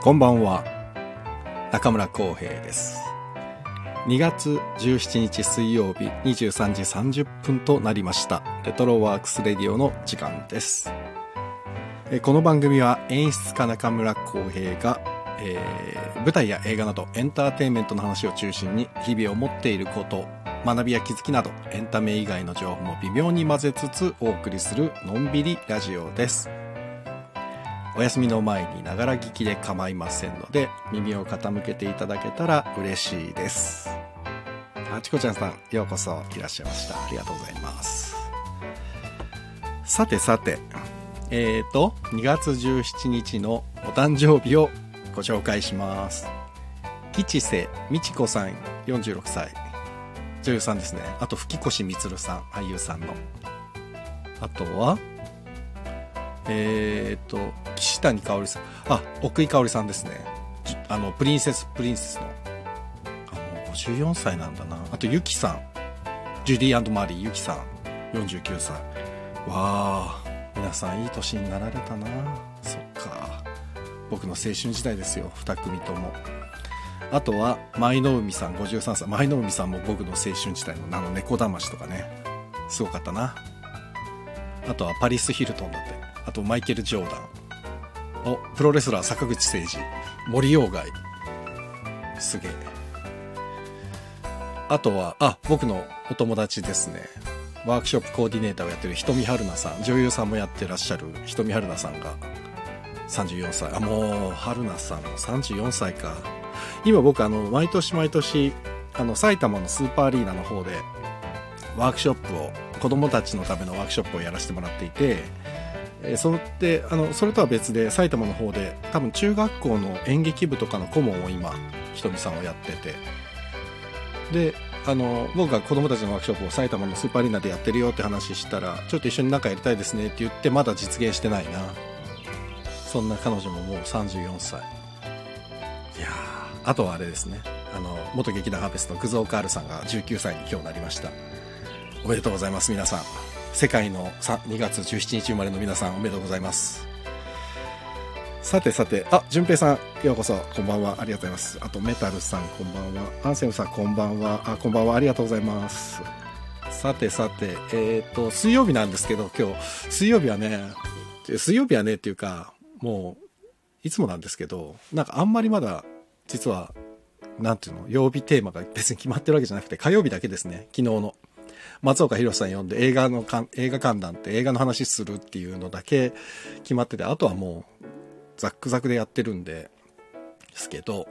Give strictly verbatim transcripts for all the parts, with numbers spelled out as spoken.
こんばんは、中村浩平です。にがつじゅうしちにち水曜日にじゅうさんじさんじゅっぷんとなりました。レトロワークスレディオの時間です。えこの番組は演出家中村浩平が、えー、舞台や映画などエンターテインメントの話を中心に日々思っていること、学びや気づきなどエンタメ以外の情報も微妙に混ぜつつお送りするのんびりラジオです。お休みの前にながら聞きで構いませんので耳を傾けていただけたら嬉しいです。あちこちゃんさん、ようこそいらっしゃいました。ありがとうございます。さてさて、えーとにがつじゅうしちにちのお誕生日をご紹介します。吉瀬美智子さんよんじゅうろくさい、女優さんですね。あと吹越光さん、俳優さんの。あとはえーと岸谷香織さん、あ、奥井香織さんですね。あのプリンセスプリンセスの、あのごじゅうよんさいなんだな。あとゆきさん、ジュディ&マリーゆきさんよんじゅうきゅうさい。わー、皆さんいい年になられたな。そっか、僕の青春時代ですよ、に組とも。あとは舞の海さんごじゅうさんさい。舞の海さんも僕の青春時代のあの猫だましとかね、すごかったな。あとはパリス・ヒルトンだって。あとマイケル・ジョーダン、おプロレスラー坂口誠二、森鴎外、すげえ。あとはあ僕のお友達ですね。ワークショップコーディネーターをやってる瞳春菜さん、女優さんもやってらっしゃる瞳春菜さんがさんじゅうよんさい。あ、もう春菜さんもさんじゅうよんさいか。今僕あの毎年毎年あの埼玉のスーパーアリーナの方でワークショップを、子供たちのためのワークショップをやらせてもらっていて、えー、それってあのそれとは別で埼玉の方で多分中学校の演劇部とかの顧問を今ひとみさんはやってて、であの僕が子供たちのワークショップを埼玉のスーパーアリーナでやってるよって話したら、ちょっと一緒になんかやりたいですねって言って、まだ実現してないな。そんな彼女ももうさんじゅうよんさい。いやー、あとはあれですね、あの元劇団ハーベストの葛岡あるさんがじゅうきゅうさいに今日なりました。おめでとうございます。皆さん、世界のにがつじゅうしちにち生まれの皆さん、おめでとうございます。さてさて、あ、淳平さんようこそ、こんばんは、ありがとうございます。あとメタルさんこんばんは、アンセムさんこんばんは、あ、こんばんは、ありがとうございます。さてさて、えっと水曜日なんですけど、今日水曜日はね水曜日はねっていうか、もういつもなんですけど、なんかあんまりまだ実はなんていうの、曜日テーマが別に決まってるわけじゃなくて、火曜日だけですね。昨日の松岡弘さん呼んで映画のかん映画観覧って映画の話するっていうのだけ決まってて、あとはもうザックザクでやってるんでですけど、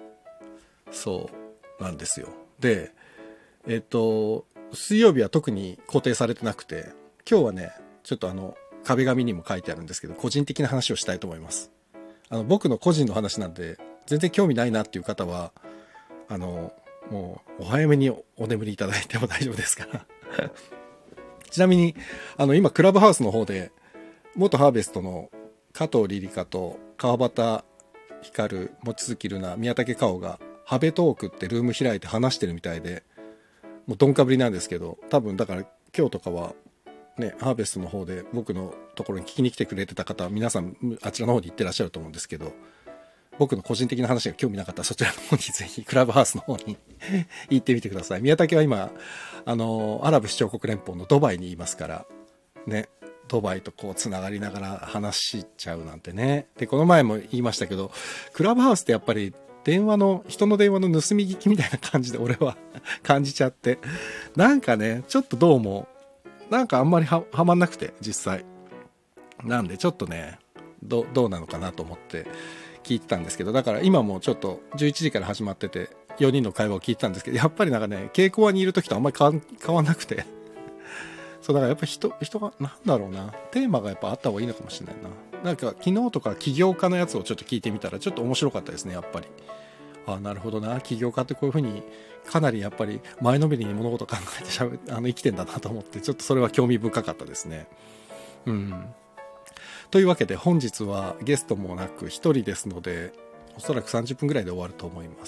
そうなんですよ。で、えっと水曜日は特に固定されてなくて、今日はねちょっとあの壁紙にも書いてあるんですけど、個人的な話をしたいと思います。あの僕の個人の話なんで全然興味ないなっていう方はあのもうお早めにお眠りいただいても大丈夫ですからちなみにあの今クラブハウスの方で元ハーベストの加藤リリカと川端光、望月瑠奈、宮武かおがハベトークってルーム開いて話してるみたいで、もうどんかぶりなんですけど、多分だから今日とかはね、ハーベストの方で僕のところに聞きに来てくれてた方は皆さんあちらの方に行ってらっしゃると思うんですけど、僕の個人的な話が興味なかったらそちらの方にぜひクラブハウスの方に行ってみてください。宮武は今あのアラブ首長国連邦のドバイにいますからね、ドバイとこうつながりながら話しちゃうなんてね。でこの前も言いましたけど、クラブハウスってやっぱり電話の人の電話の盗み聞きみたいな感じで俺は感じちゃって、なんかねちょっとどうもなんかあんまり は, はまんなくて、実際なんでちょっとね ど, どうなのかなと思って聞いてたんですけど、だから今もちょっとじゅういちじから始まっててよにんの会話を聞いてたんですけど、やっぱりなんかね稽古場にいる時とあんまり変 わ, 変わんなくてそうだからやっぱ人人がなんだろうな、テーマがやっぱあった方がいいのかもしれないな。なんか昨日とか起業家のやつをちょっと聞いてみたらちょっと面白かったですね。やっぱりあ、なるほどな、起業家ってこういう風にかなりやっぱり前のめりに物事考えてしゃべあの生きてんだなと思って、ちょっとそれは興味深かったですね。うんというわけで本日はゲストもなく一人ですので、おそらくさんじゅっぷんぐらいで終わると思います。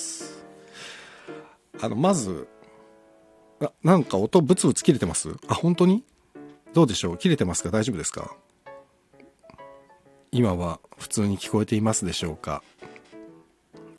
あのまずななんか音ブツブツ切れてます？あ、本当に？どうでしょう？切れてますか？大丈夫ですか？今は普通に聞こえていますでしょうか？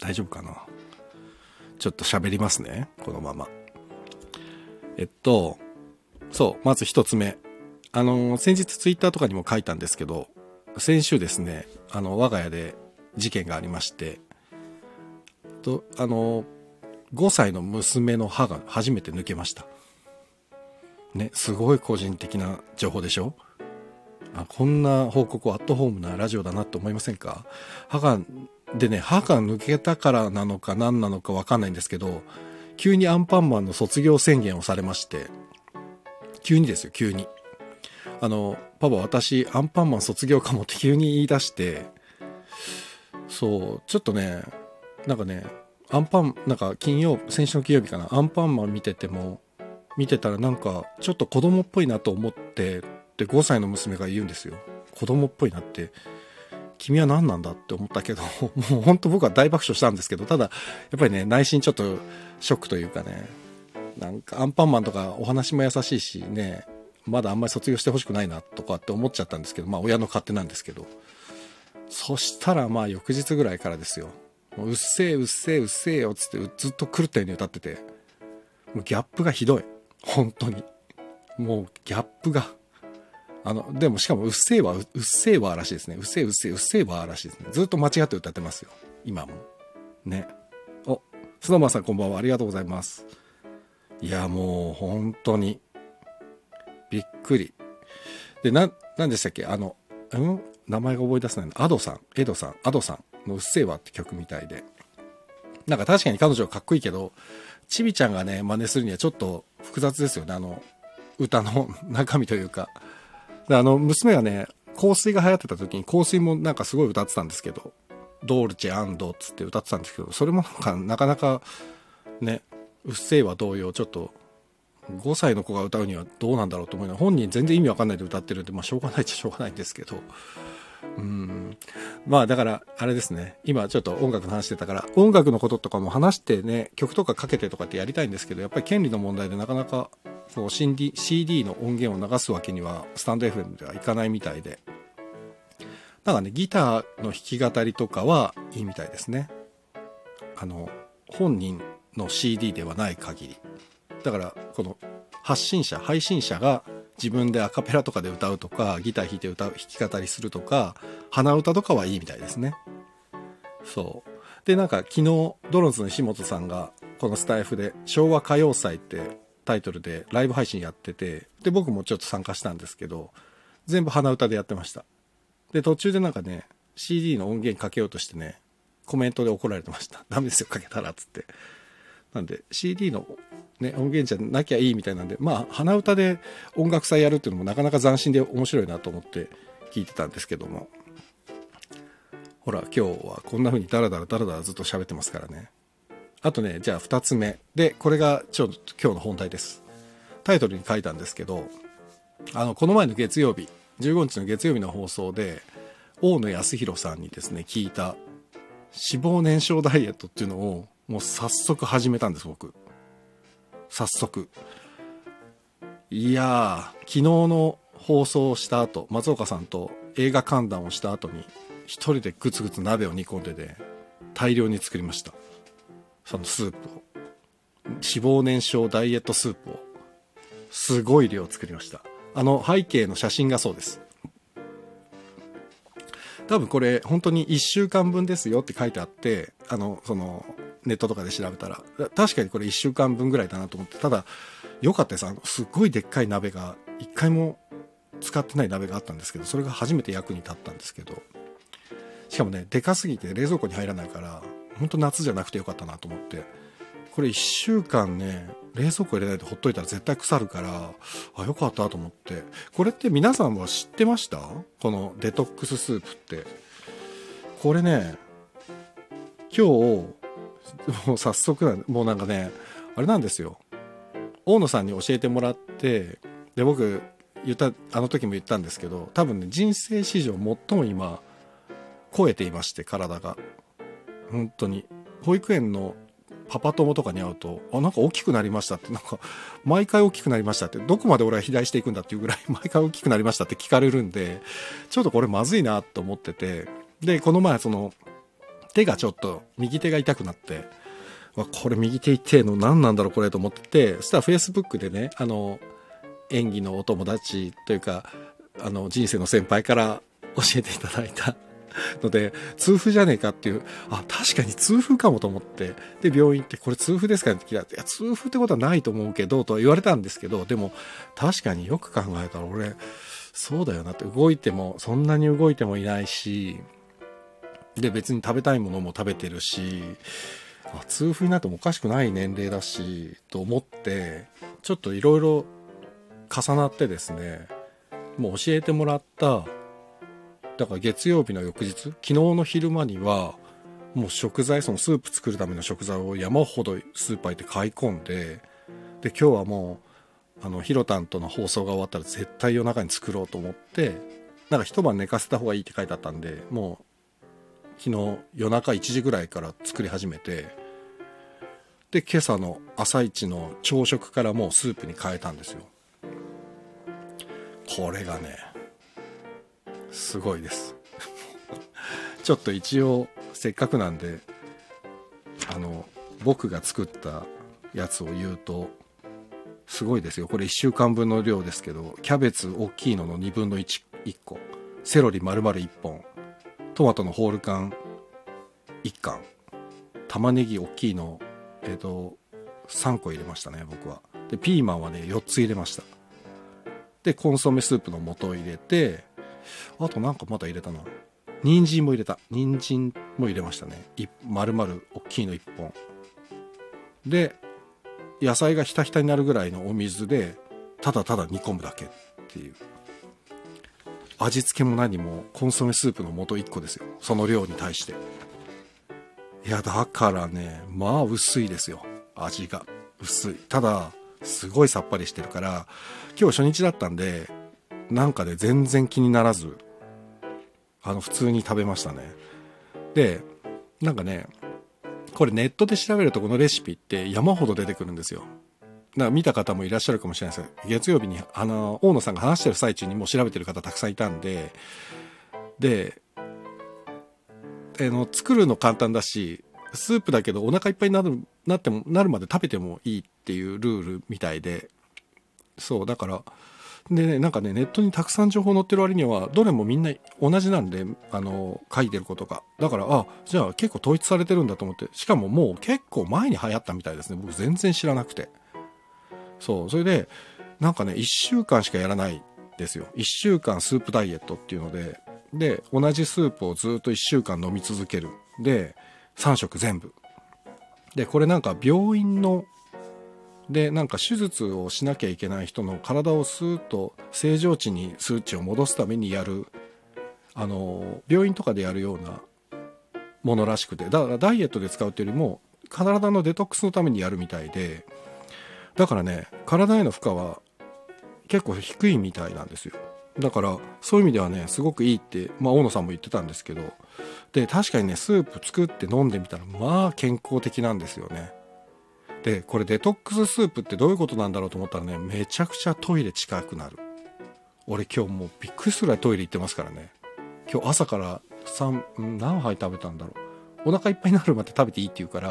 大丈夫かな。ちょっと喋りますね、このまま。えっとそうまず一つ目、あの先日ツイッターとかにも書いたんですけど、先週ですね、あの我が家で事件がありまして、とあのごさいの娘の歯が初めて抜けましたね。すごい個人的な情報でしょ。あ、こんな報告をアットホームなラジオだなって思いませんか。歯がでね、歯が抜けたからなのか何なのか分かんないんですけど、急にアンパンマンの卒業宣言をされまして、急にですよ、急に。あの、パパ私アンパンマン卒業かもって急に言い出して、そう、ちょっとね、なんかね、アンパン、なんか金曜、先週の金曜日かな、アンパンマン見てても、見てたらなんかちょっと子供っぽいなと思って、ってごさいの娘が言うんですよ。子供っぽいなって。君は何なんだって思ったけど、もう本当僕は大爆笑したんですけど、ただやっぱりね、内心ちょっとショックというかね、なんかアンパンマンとかお話も優しいしね、まだあんまり卒業してほしくないなとかって思っちゃったんですけど、まあ親の勝手なんですけど、そしたらまあ翌日ぐらいからですよ、もううっせえうっせえうっせえよっつってずっと狂ったように歌ってて、もうギャップがひどい、本当にもうギャップが、あのでもしかもうっせえわ う, うっせえわらしいですね。うっせえうっせえうっせえわらしいですね。ずっと間違って歌ってますよ今もね。お、スノーマンさんこんばんは、ありがとうございます。いやもう本当にびっくりで、な何でしたっけ、あのん名前が思い出せないの、アドさんエドさんアドさんのうっせえわって曲みたいで、なんか確かに彼女はかっこいいけど、ちびちゃんがね真似するにはちょっと複雑ですよね、あの歌の中身というか。で、あの娘がね、香水が流行ってた時に香水もなんかすごい歌ってたんですけど、ドールチェ&っつって歌ってたんですけど、それもなんかなかなかね、うっせえわ同様、ちょっとごさいの子が歌うにはどうなんだろうと思いながら、本人全然意味わかんないで歌ってるんで、まあしょうがないっちゃしょうがないんですけど、うーん、まあだからあれですね、今ちょっと音楽の話してたから、音楽のこととかも話してね、曲とかかけてとかってやりたいんですけど、やっぱり権利の問題でなかなかこう シーディー, シーディー の音源を流すわけにはスタンド エフエム ではいかないみたいで、なんかね、ギターの弾き語りとかはいいみたいですね、あの本人の シーディー ではない限り。だからこの発信者配信者が自分でアカペラとかで歌うとか、ギター弾いて歌う、弾き語りするとか、鼻歌とかはいいみたいですね。そうで、なんか昨日ドロンズの石本さんがこのスタイフで昭和歌謡祭ってタイトルでライブ配信やってて、で僕もちょっと参加したんですけど、全部鼻歌でやってました。で途中でなんかね シーディー の音源かけようとしてね、コメントで怒られてました。ダメですよかけたらっつって。なんで シーディー の、ね、音源じゃなきゃいいみたいなんで、まあ鼻歌で音楽祭やるっていうのもなかなか斬新で面白いなと思って聞いてたんですけども、ほら今日はこんな風にダラダラダラダラずっと喋ってますからね。あとね、じゃあふたつめで、これがちょっと今日の本題です。タイトルに書いたんですけど、あのこの前の月曜日じゅうごにちの月曜日の放送で大野康弘さんにですね聞いた脂肪燃焼ダイエットっていうのをもう早速始めたんです。僕早速、いやー、昨日の放送をした後、松岡さんと映画観覧をした後に一人でグツグツ鍋を煮込んでで大量に作りました。そのスープを、脂肪燃焼ダイエットスープをすごい量作りました。あの背景の写真がそうです。多分これ本当にいっしゅうかんぶんですよって書いてあって、あのそのネットとかで調べたら確かにこれいっしゅうかんぶんぐらいだなと思って、ただ良かったです。あのすっごいでっかい鍋が、一回も使ってない鍋があったんですけど、それが初めて役に立ったんですけど、しかもねでかすぎて冷蔵庫に入らないから本当夏じゃなくてよかったなと思って、これいっしゅうかんね冷蔵庫入れないでほっといたら絶対腐るから、あ、よかったと思って。これって皆さんは知ってました？このデトックススープって。これね、今日もう早速なんもうなんかね、あれなんですよ、大野さんに教えてもらって、で僕言ったあの時も言ったんですけど、多分ね人生史上最も今超えていまして、体が本当に保育園のパパ友とかに会うと、あ、なんか大きくなりましたって、なんか毎回大きくなりましたって、どこまで俺は肥大していくんだっていうぐらい毎回大きくなりましたって聞かれるんで、ちょっとこれまずいなと思ってて、でこの前その手がちょっと右手が痛くなって、わこれ右手痛えの何なんだろうこれと思ってて、そしたらフェイスブックでね、あの演技のお友達というかあの人生の先輩から教えていただいたので、痛風じゃねえかっていう、あ確かに痛風かもと思って、で病院行ってこれ痛風ですかって聞いたら、いや痛風ってことはないと思うけどとは言われたんですけど、でも確かによく考えたら俺そうだよなって、動いてもそんなに動いてもいないし、で別に食べたいものも食べてるし、あ痛風になってもおかしくない年齢だしと思って、ちょっといろいろ重なってですね、もう教えてもらっただから月曜日の翌日、昨日の昼間にはもう食材、そのスープ作るための食材を山ほどスーパー行って買い込んで、で今日はもうあのヒロタンとの放送が終わったら絶対夜中に作ろうと思って、なんか一晩寝かせた方がいいって書いてあったんで、もう昨日夜中いちじぐらいから作り始めて、で今朝の朝一の朝食からもうスープに変えたんですよ。これがねすごいですちょっと一応せっかくなんであの僕が作ったやつを言うと、すごいですよ。これいっしゅうかんぶんの量ですけど、キャベツ大きいののにぶんのいち、いっこ、セロリ丸々いっぽん、トマトのホール缶いっかん、玉ねぎ大きいのえっとさんこ入れましたね僕は。でピーマンはねよっつ入れました。でコンソメスープの素を入れて、あとなんかまだ入れたな、人参も入れた、人参も入れましたね。丸々大きいのいっぽんで、野菜がひたひたになるぐらいのお水でただただ煮込むだけっていう、味付けも何もコンソメスープの素いっこですよ、その量に対して。いやだからね、まあ薄いですよ、味が薄い。ただすごいさっぱりしてるから、今日初日だったんでなんかで全然気にならず、あの普通に食べましたね。でなんかね、これネットで調べるとこのレシピって山ほど出てくるんですよ。だから見た方もいらっしゃるかもしれないです。月曜日にあの大野さんが話してる最中にもう調べてる方たくさんいたんで、であの作るの簡単だし、スープだけどお腹いっぱいになる、なってもなるまで食べてもいいっていうルールみたいで、そうだからで、ね、なんかねネットにたくさん情報載ってる割にはどれもみんな同じなんで、あの書いてることが、だからあじゃあ結構統一されてるんだと思って、しかももう結構前に流行ったみたいですね。僕全然知らなくて、そうそれでなんかねいっしゅうかんしかやらないですよ。いっしゅうかんスープダイエットっていうので、で同じスープをずっといっしゅうかん飲み続ける、でさんしょく全部で、これなんか病院のでなんか手術をしなきゃいけない人の体をスーッと正常値に数値を戻すためにやる、あの病院とかでやるようなものらしくて、だからダイエットで使うっていうよりも体のデトックスのためにやるみたいで、だからね体への負荷は結構低いみたいなんですよ。だからそういう意味ではねすごくいいって、まあ、大野さんも言ってたんですけど、で確かにねスープ作って飲んでみたらまあ健康的なんですよね。でこれデトックススープってどういうことなんだろうと思ったらね、めちゃくちゃトイレ近くなる。俺今日もうびっくりするぐらいトイレ行ってますからね。今日朝からさん何杯食べたんだろう。お腹いっぱいになるまで食べていいって言うから、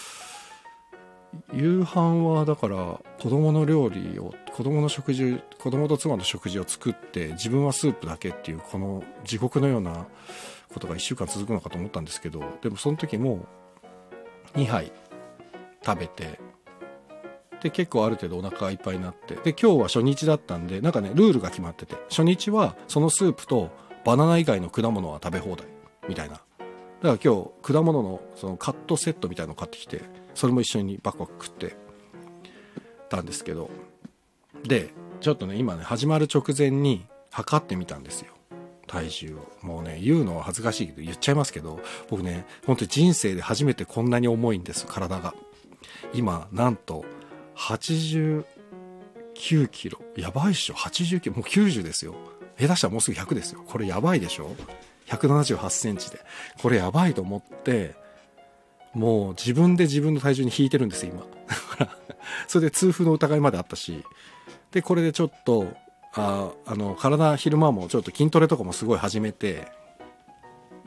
夕飯はだから子供の料理を、子供の食事、子供と妻の食事を作って自分はスープだけっていう、この地獄のようなことがいっしゅうかん続くのかと思ったんですけど、でもその時もにはい食べて、で結構ある程度お腹がいっぱいになって、で今日は初日だったんでなんかねルールが決まってて、初日はそのスープとバナナ以外の果物は食べ放題みたいな。だから今日果物のそのカットセットみたいのを買ってきて、それも一緒にバクバク食ってたんですけど、でちょっとね今ね始まる直前に測ってみたんですよ、体重を。もうね言うのは恥ずかしいけど言っちゃいますけど、僕ね本当に人生で初めてこんなに重いんです、体が。今なんとはちじゅうきゅうキロ、やばいっしょ。はちじゅうきゅう、もうきゅうじゅうですよ。下手したらもうすぐひゃくですよ。これやばいでしょ。ひゃくななじゅうはちセンチでこれやばいと思って、もう自分で自分の体重に引いてるんです今それで痛風の疑いまであったし、でこれでちょっとああの体昼間もちょっと筋トレとかもすごい始めて、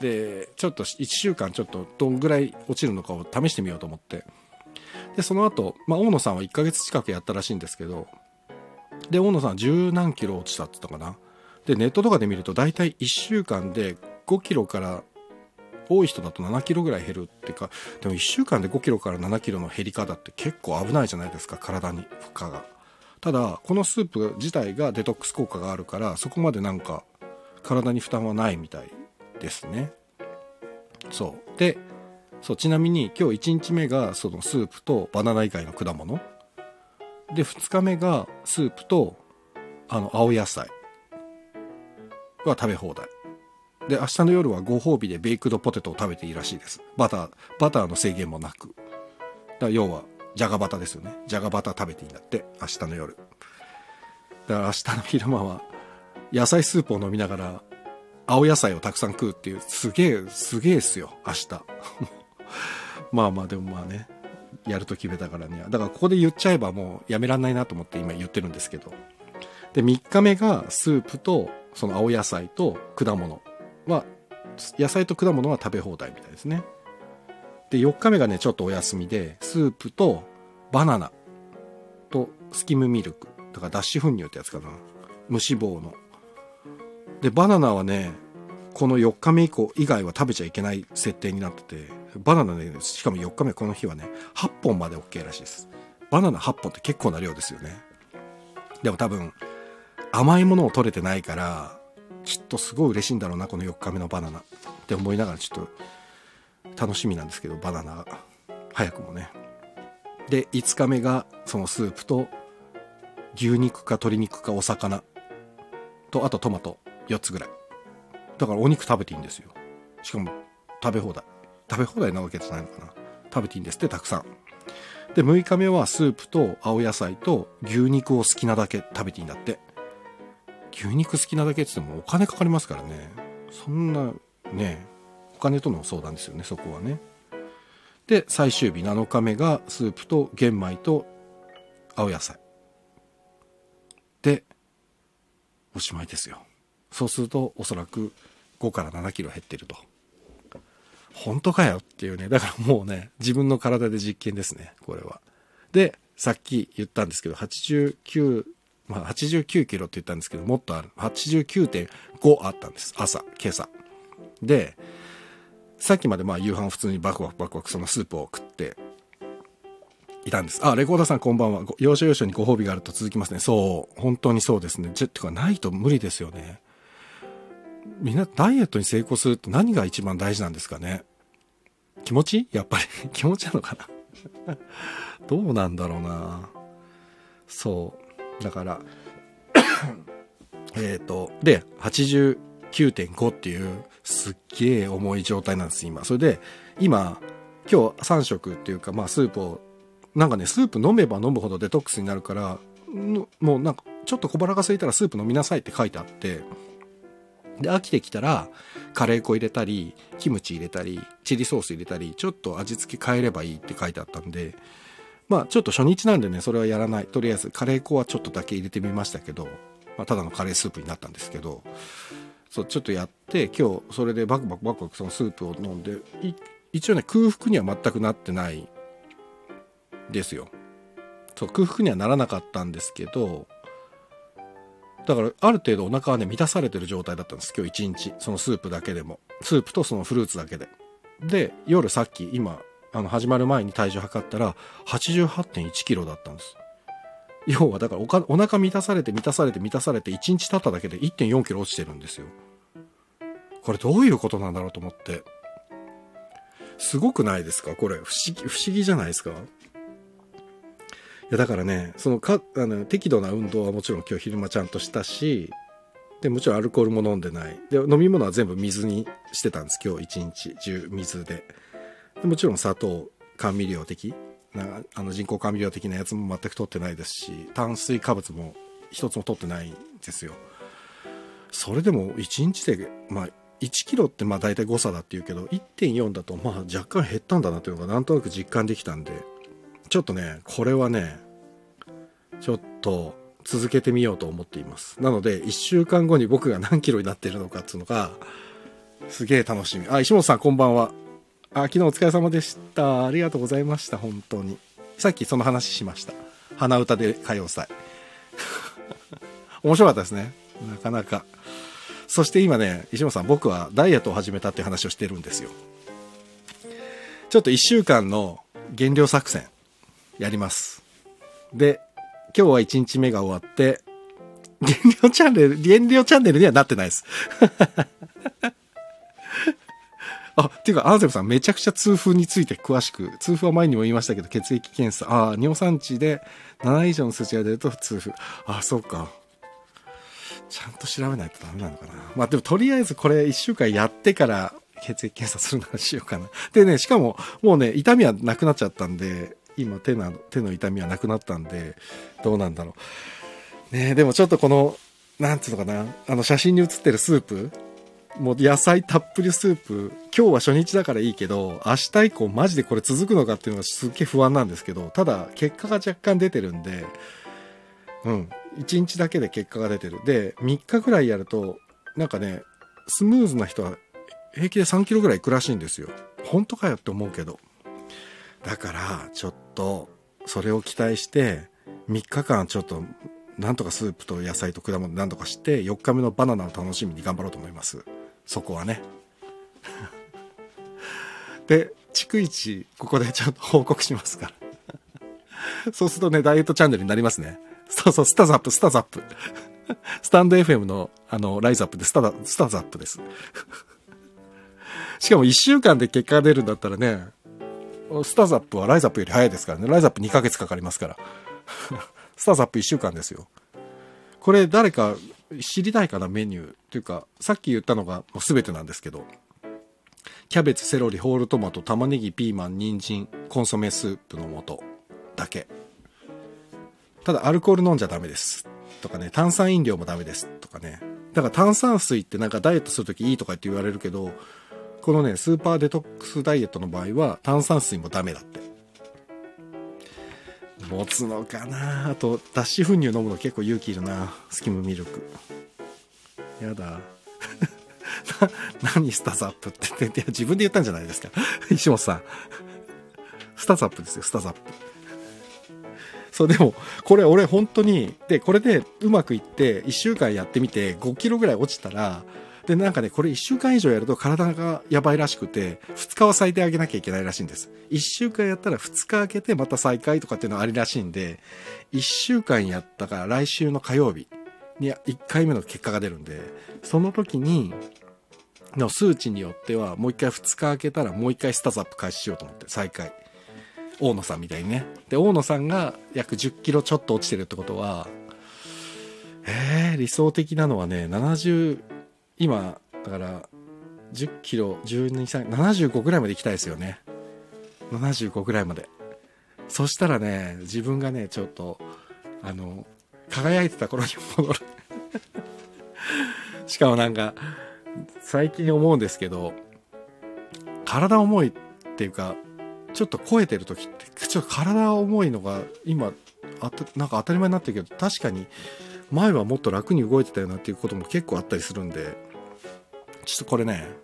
でちょっといっしゅうかんちょっとどんぐらい落ちるのかを試してみようと思って、でその後、まあ、大野さんはいっかげつ近くやったらしいんですけど、で大野さん十何キロ落ちたって言ったかな。でネットとかで見ると大体いっしゅうかんでごキロから、多い人だとななキロぐらい減るっていうか、でもいっしゅうかんでごキロからななキロの減り方って結構危ないじゃないですか、体に負荷が。ただこのスープ自体がデトックス効果があるから、そこまでなんか体に負担はないみたいですね。そうで、そうちなみに今日いちにちめがそのスープとバナナ以外の果物で、ふつかめがスープとあの青野菜は食べ放題で、明日の夜はご褒美でベイクドポテトを食べていいらしいです。バターバターの制限もなく。だから要はじゃがバタですよね。じゃがバタ食べていいんだって、明日の夜。だから明日の昼間は野菜スープを飲みながら青野菜をたくさん食うっていう、すげえすげえっすよ明日。まあまあでもまあね、やると決めたからには、だからここで言っちゃえばもうやめらんないなと思って今言ってるんですけど。でみっかめがスープとその青野菜と果物は、野菜と果物は食べ放題みたいですね。でよっかめがねちょっとお休みで、スープとバナナとスキムミルクだから脱脂粉乳ってやつかな、無脂肪の。でバナナはねこのよっかめ以降以外は食べちゃいけない設定になってて、バナナねしかもよっかめこの日はねはっぽんまで OK らしいです。バナナはっぽんって結構な量ですよね。でも多分甘いものを取れてないからきっとすごい嬉しいんだろうなこのよっかめのバナナって思いながら、ちょっと楽しみなんですけど、バナナが早くもね。でいつかめがそのスープと牛肉か鶏肉かお魚と、あとトマトよっつぐらいだからお肉食べていいんですよ。しかも食べ放題食べ放題なわけじゃないのかな、食べていいんですってたくさん。でむいかめはスープと青野菜と牛肉を好きなだけ食べていいんだって。牛肉好きなだけって言ってもお金かかりますからね。そんなね、お金との相談ですよね、そこはね。で最終日なのかめがスープと玄米と青野菜でおしまいですよ。そうするとおそらくごからななキロ減ってると。本当かよっていうね。だからもうね自分の体で実験ですねこれは。でさっき言ったんですけどはちじゅうきゅうまあはちじゅうきゅうキロって言ったんですけど、もっとある はちじゅうきゅうてんご あったんです、朝今朝で。さっきまでまあ夕飯普通にバクバクバクバクそのスープを食っていたんです。あ、レコーダーさんこんばんは。要所要所にご褒美があると続きますね。そう本当にそうですね。じゃてかないと無理ですよね。みんなダイエットに成功するって何が一番大事なんですかね。気持ちやっぱり気持ちなのかなどうなんだろうな。そうだからえっとで はちじゅうきゅうてんご っていうすっげえ重い状態なんです今。それで今今日さん食っていうか、まあスープをなんかね、スープ飲めば飲むほどデトックスになるから、もうなんかちょっと小腹が空いたらスープ飲みなさいって書いてあって、で飽きてきたらカレー粉入れたりキムチ入れたりチリソース入れたりちょっと味付け変えればいいって書いてあったんで、まあちょっと初日なんでねそれはやらない。とりあえずカレー粉はちょっとだけ入れてみましたけど、まあ、ただのカレースープになったんですけど、そうちょっとやって今日それでバクバクバクバクそのスープを飲んで、一応ね空腹には全くなってないですよ。そう空腹にはならなかったんですけど、だからある程度お腹はね満たされてる状態だったんです今日一日。そのスープだけでも、スープとそのフルーツだけで。で夜さっき今あの始まる前に体重測ったら はちじゅうはちてんいちキロだったんです。要はだから お, かお腹満たされて満たされて満たされていちにち経っただけで いってんよんキロ落ちてるんですよ。これどういうことなんだろうと思って。すごくないですかこれ。不思議不思議じゃないですか。いやだからね、そのかあの適度な運動はもちろん今日昼間ちゃんとしたし、でもちろんアルコールも飲んでない。で飲み物は全部水にしてたんです今日一日中水で。でもちろん砂糖甘味料的なあの人工甘味料的なやつも全く取ってないですし、炭水化物も一つも取ってないんですよ。それでもいちにちでまあいちキロってまあ大体誤差だっていうけど いってんよん だとまあ若干減ったんだなっていうのがなんとなく実感できたんで、ちょっとねこれはねちょっと続けてみようと思っています。なのでいっしゅうかんごに僕が何キロになっているのかっていうのがすげえ楽しみ。あ、石本さんこんばんは。あ、昨日お疲れ様でした。ありがとうございました。本当に。さっきその話しました。鼻歌で歌謡祭。面白かったですね。なかなか。そして今ね、石本さん、僕はダイエットを始めたっていう話をしてるんですよ。ちょっといっしゅうかんの減量作戦やります。で、今日はいちにちめが終わって、減量チャンネル、減量チャンネルにはなってないです。あ、っていうか、アンセムさんめちゃくちゃ痛風について詳しく、痛風は前にも言いましたけど、血液検査、あ、尿酸値でなな以上の数値が出ると痛風。あ、そうか。ちゃんと調べないとダメなのかな。まあでもとりあえずこれいっしゅうかんやってから血液検査するのはしようかな。でね、しかももうね、痛みはなくなっちゃったんで、今手の、手の痛みはなくなったんで、どうなんだろう。ね、でもちょっとこの、なんつうのかな、あの写真に写ってるスープ、もう野菜たっぷりスープ、今日は初日だからいいけど、明日以降マジでこれ続くのかっていうのがすっげえ不安なんですけど、ただ結果が若干出てるんで、うん、いちにちだけで結果が出てる。で、みっかぐらいやると、なんかね、スムーズな人は平気でさんキロぐらいいくらしいんですよ。本当かよって思うけど。だから、ちょっと、それを期待して、みっかかんちょっと、なんとかスープと野菜と果物なんとかして、よっかめのバナナを楽しみに頑張ろうと思います。そこはね。で、逐一、ここでちょっと報告しますから。そうするとね、ダイエットチャンネルになりますね。そうそう、スタザップ、スタザップ。スタンド エフエム の、あの、ライズアップでスタダ、スタザップです。しかもいっしゅうかんで結果が出るんだったらね、スタザップはライズアップより早いですからね。ライズアップにかげつかかりますから。スタザップいっしゅうかんですよ。これ誰か知りたいかな、メニュー。っていうか、さっき言ったのがもう全てなんですけど。キャベツ、セロリ、ホールトマト、玉ねぎ、ピーマン、人参、コンソメスープの素だけ。ただアルコール飲んじゃダメです。とかね、炭酸飲料もダメです。とかね。だから炭酸水ってなんかダイエットするときいいとかって言われるけど、このね、スーパーデトックスダイエットの場合は炭酸水もダメだって。持つのかな。あと、脱脂粉乳飲むの結構勇気いるな。スキムミルク。やだ。な、何スタザップって言って、いや自分で言ったんじゃないですか。石本さん。スタザップですよ、スタザップ。そう、でも、これ俺本当に、で、これでうまくいって、いっしゅうかんやってみて、ごキロぐらい落ちたら、で、なんかね、これいっしゅうかん以上やると体がやばいらしくて、ふつかは最低上げなきゃいけないらしいんです。いっしゅうかんやったらふつか空けてまた再開とかっていうのはありらしいんで、いっしゅうかんやったから来週の火曜日にいっかいめの結果が出るんで、その時に、の数値によってはもう一回ふつか空けたらもう一回スタザップ開始しようと思って再開。大野さんみたいにね。で、大野さんが約じゅっキロちょっと落ちてるってことは、えー、理想的なのはね、ななじゅう、今、だから、じゅっキロ、じゅうに、さん、ななじゅうごぐらいまで行きたいですよね。ななじゅうごぐらいまで。そしたらね、自分がね、ちょっと、あの、輝いてた頃に戻る。しかもなんか、最近思うんですけど、体重いっていうか、ちょっと超えてる時って、ちょっと体重いのが今、あた、なんか当たり前になってるけど、確かに前はもっと楽に動いてたよなっていうことも結構あったりするんで、ちょっとこれね、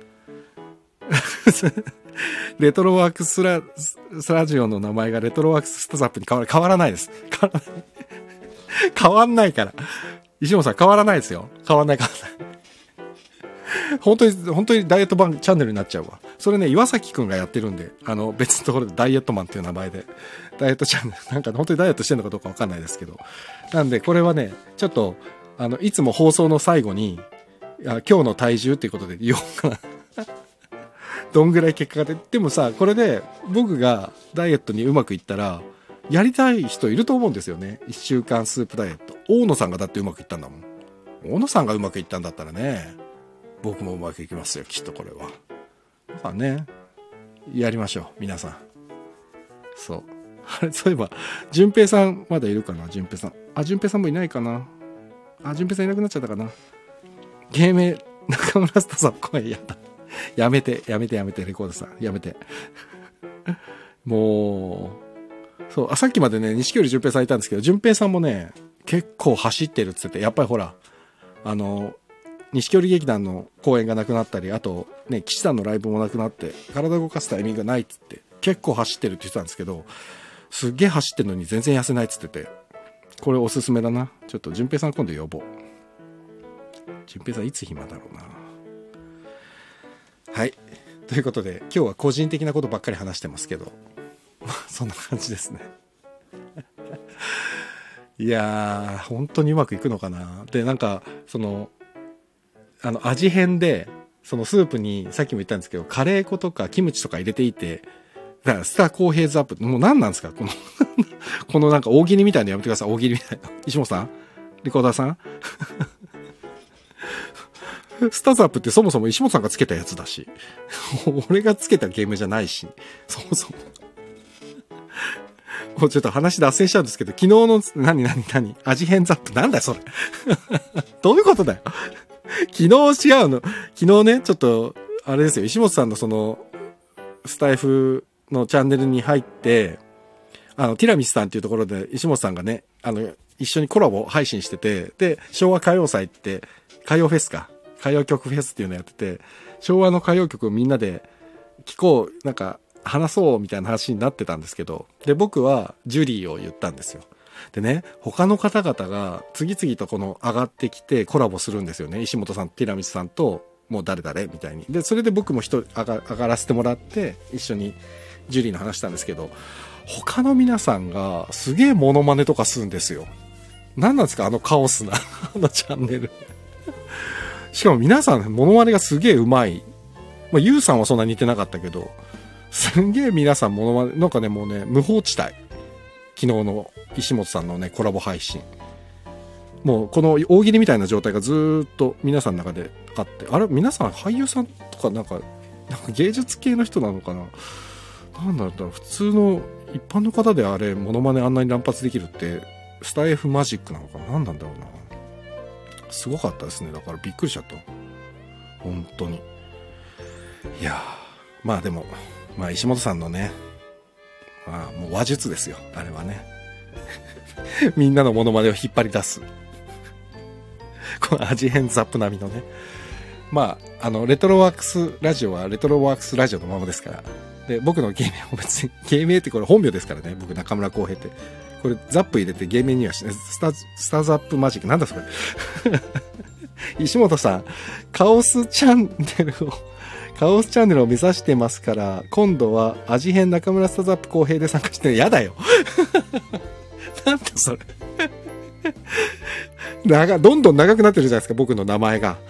レトロワークスラ、スラジオの名前がレトロワークススタザップに変わら、変わらないです。変わらない。変わんないから。石本さん変わらないですよ。変わんない変わんない。本当に、本当にダイエット版チャンネルになっちゃうわ。それね、岩崎くんがやってるんで、あの、別のところでダイエットマンっていう名前で、ダイエットチャンネル、なんか本当にダイエットしてるのかどうかわかんないですけど。なんで、これはね、ちょっと、あの、いつも放送の最後に、あ今日の体重っていうことで言おうかな。どんぐらい結果が出て、でもさ、これで僕がダイエットにうまくいったら、やりたい人いると思うんですよね。いっしゅうかんスープダイエット。大野さんがだってうまくいったんだもん。大野さんがうまくいったんだったらね、僕もうまくいきますよ、きっとこれは。まあね、やりましょう、皆さん。そう。あれ、そういえば、淳平さんまだいるかな、淳平さん。あ、淳平さんもいないかな。あ、淳平さんいなくなっちゃったかな。芸名、中村スタさん、声やだ。やめて、やめて、やめて、レコードさん。やめて。もう、そう、あ、さっきまでね、錦織淳平さんいたんですけど、淳平さんもね、結構走ってるっつってて、やっぱりほら、あの、 錦織劇団の公演がなくなったり、あとね、岸さんのライブもなくなって、体動かすタイミングがないっつって、結構走ってるって言ってたんですけど、すっげえ走ってるのに全然痩せないっつってて、これおすすめだな。ちょっと淳平さん今度呼ぼう。淳平さんいつ暇だろうな。はい。ということで、今日は個人的なことばっかり話してますけど、まあそんな感じですね。いやー、本当にうまくいくのかな。で、なんか、その、あの、味変で、そのスープに、さっきも言ったんですけど、カレー粉とかキムチとか入れていて、だからスターコーヘイズアップ、もう何なんですかこの、このなんか大喜利みたいなのやめてください。大喜利みたいな。石本さんリコーダーさんスターズアップってそもそも石本さんがつけたやつだし、俺がつけたゲームじゃないし、そもそも。もうちょっと話脱線しちゃうんですけど、昨日の、何何何味変ザップなんだよそれ。どういうことだよ。昨日違うの。昨日ね、ちょっと、あれですよ、石本さんのその、スタイフのチャンネルに入って、あの、ティラミスさんっていうところで石本さんがね、あの、一緒にコラボ配信してて、で、昭和歌謡祭って、歌謡フェスか。歌謡曲フェスっていうのやってて、昭和の歌謡曲をみんなで聴こう、なんか、話そうみたいな話になってたんですけど、で僕はジュリーを言ったんですよ。でね、他の方々が次々とこの上がってきてコラボするんですよね。石本さん、ティラミスさんともう誰々みたいに。でそれで僕も一人上が上がらせてもらって一緒にジュリーの話したんですけど、他の皆さんがすげえモノマネとかするんですよ。何なんですかあのカオスなあのチャンネル。しかも皆さんモノマネがすげえうまい。まあユウさんはそんな似てなかったけど。すんげえ皆さんものまね、なんかね、もうね、無法地帯。昨日の石本さんのね、コラボ配信。もう、この大喜利みたいな状態がずーっと皆さんの中であって、あれ、皆さん俳優さんとかなんか、なんか芸術系の人なのかな。なんだろう、普通の一般の方であれ、モノマネあんなに乱発できるって、スタイフマジックなのかな。なんなんだろうな。すごかったですね。だからびっくりしちゃった。本当に。いやー、まあでも、まあ石本さんのね、まあもう話術ですよ、あれはね。みんなのモノマネを引っ張り出す。この味変ザップ並みのね。まあ、あの、レトロワークスラジオはレトロワークスラジオのままですから。で、僕の芸名も別に、芸名ってこれ本名ですからね、僕中村浩平って。これザップ入れて芸名にはしない。スタ、スターズアップマジック、なんだそれ。石本さん、カオスチャンネルを、カオスチャンネルを目指してますから、今度は味変中村スタザップ公平で参加して、やだよ。なんだそれ。長、どんどん長くなってるじゃないですか、僕の名前が。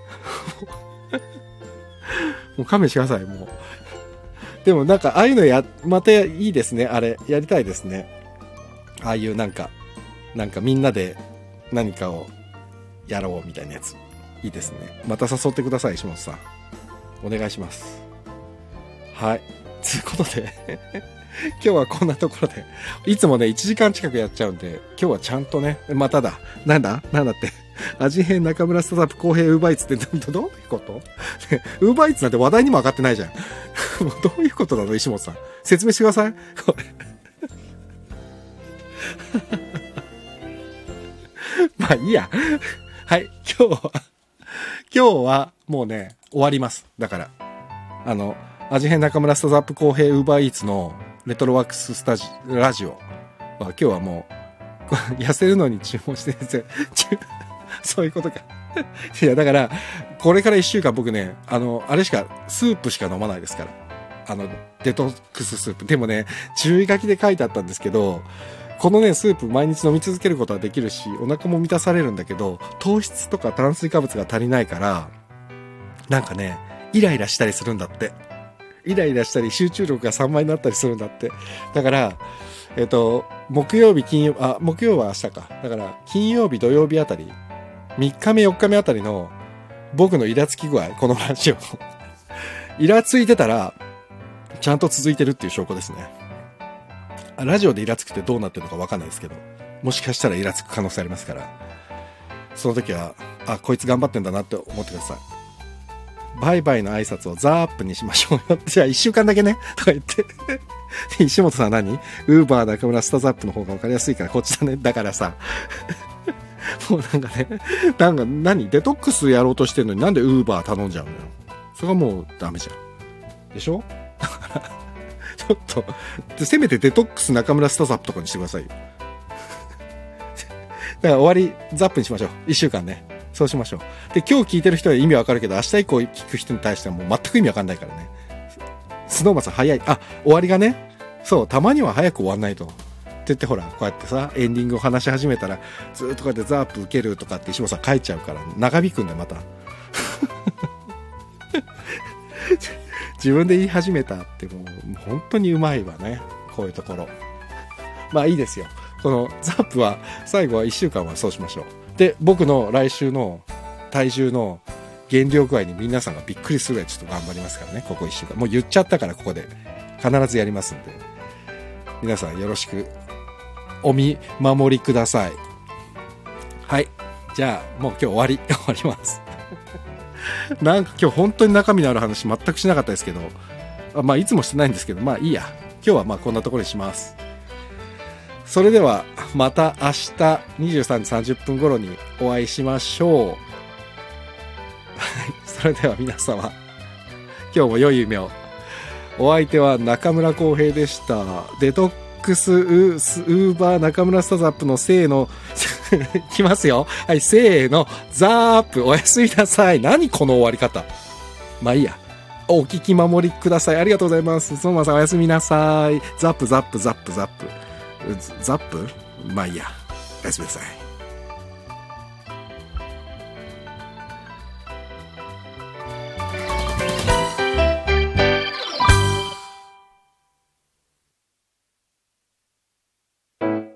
もう勘弁してください、もう。でもなんか、ああいうのや、またいいですね、あれ。やりたいですね。ああいうなんか、なんかみんなで何かをやろうみたいなやつ。いいですね。また誘ってください、石本さん。お願いします。はい。ということで今日はこんなところで、いつもねいちじかん近くやっちゃうんで、今日はちゃんとね、まただ、なんだなんだって、味変中村スタザップ公平ウーバーイーツってどういうことウーバーイーツなんて話題にも上がってないじゃん。もうどういうことなの石本さん。説明してください。これまあいいや。はい、今日は、今日はもうね、終わります。だから、あの、味変中村スタザップ公平ウーバーイーツのレトロワークススタジラジオは今日はもう、痩せるのに注文してるんですよ。そういうことか。いや、だから、これから一週間僕ね、あの、あれしか、スープしか飲まないですから。あの、デトックススープ。でもね、注意書きで書いてあったんですけど、このね、スープ毎日飲み続けることはできるし、お腹も満たされるんだけど、糖質とか炭水化物が足りないから、なんかね、イライラしたりするんだって。イライラしたり集中力がさんばいになったりするんだって。だから、えっと、木曜日、金曜、あ、木曜は明日か。だから、金曜日、土曜日あたり、みっかめ、よっかめあたりの、僕のイラつき具合、このラジオ。イラついてたら、ちゃんと続いてるっていう証拠ですね。ラジオでイラつくってどうなってるのかわかんないですけど、もしかしたらイラつく可能性ありますから、その時は、あ、こいつ頑張ってんだなって思ってください。バイバイの挨拶をザーップにしましょうよ。じゃあ一週間だけね。とか言って。石本さん何ウーバー中村スタザップの方が分かりやすいからこっちだね。だからさ。 もうなんかね、なんか何デトックスやろうとしてんのになんでウーバー頼んじゃうのよ。それはもうダメじゃん。でしょ？だから、ちょっと、せめてデトックス中村スタザップとかにしてくださいよ。だから終わり、ザップにしましょう。一週間ね。そうしましょう。で、今日聞いてる人は意味わかるけど、明日以降聞く人に対してはもう全く意味わかんないからね。スノーマンさん早い。あ、終わりがね。そう、たまには早く終わんないと。って言ってほら、こうやってさ、エンディングを話し始めたら、ずーっとこうやってザープ受けるとかって石本さん書いちゃうから、長引くんだよ、また。自分で言い始めたってもう、本当にうまいわね。こういうところ。まあいいですよ。このザープは、最後はいっしゅうかんはそうしましょう。で、僕の来週の体重の減量具合に皆さんがびっくりするぐらいちょっと頑張りますからね、ここいっしゅうかん。もう言っちゃったからここで。必ずやりますんで。皆さんよろしくお見守りください。はい。じゃあ、もう今日終わり、終わります。なんか今日本当に中身のある話全くしなかったですけど、あまあいつもしてないんですけど、まあいいや。今日はまあこんなところにします。それではまた明日にじゅうさんじさんじゅっぷん頃にお会いしましょう。はい。それでは皆様、今日も良い夢を。お相手は中村浩平でした。デトックスウーバー中村スタザップのせーの、いきますよ。はい、せーの、ザープ、おやすみなさい。何この終わり方。まあいいや。お聞き守りください。ありがとうございます。ソーマンさんおやすみなさい。ザップ、ザップ、ザップ、ザップ。ザップまあいいや。おやすみなさい。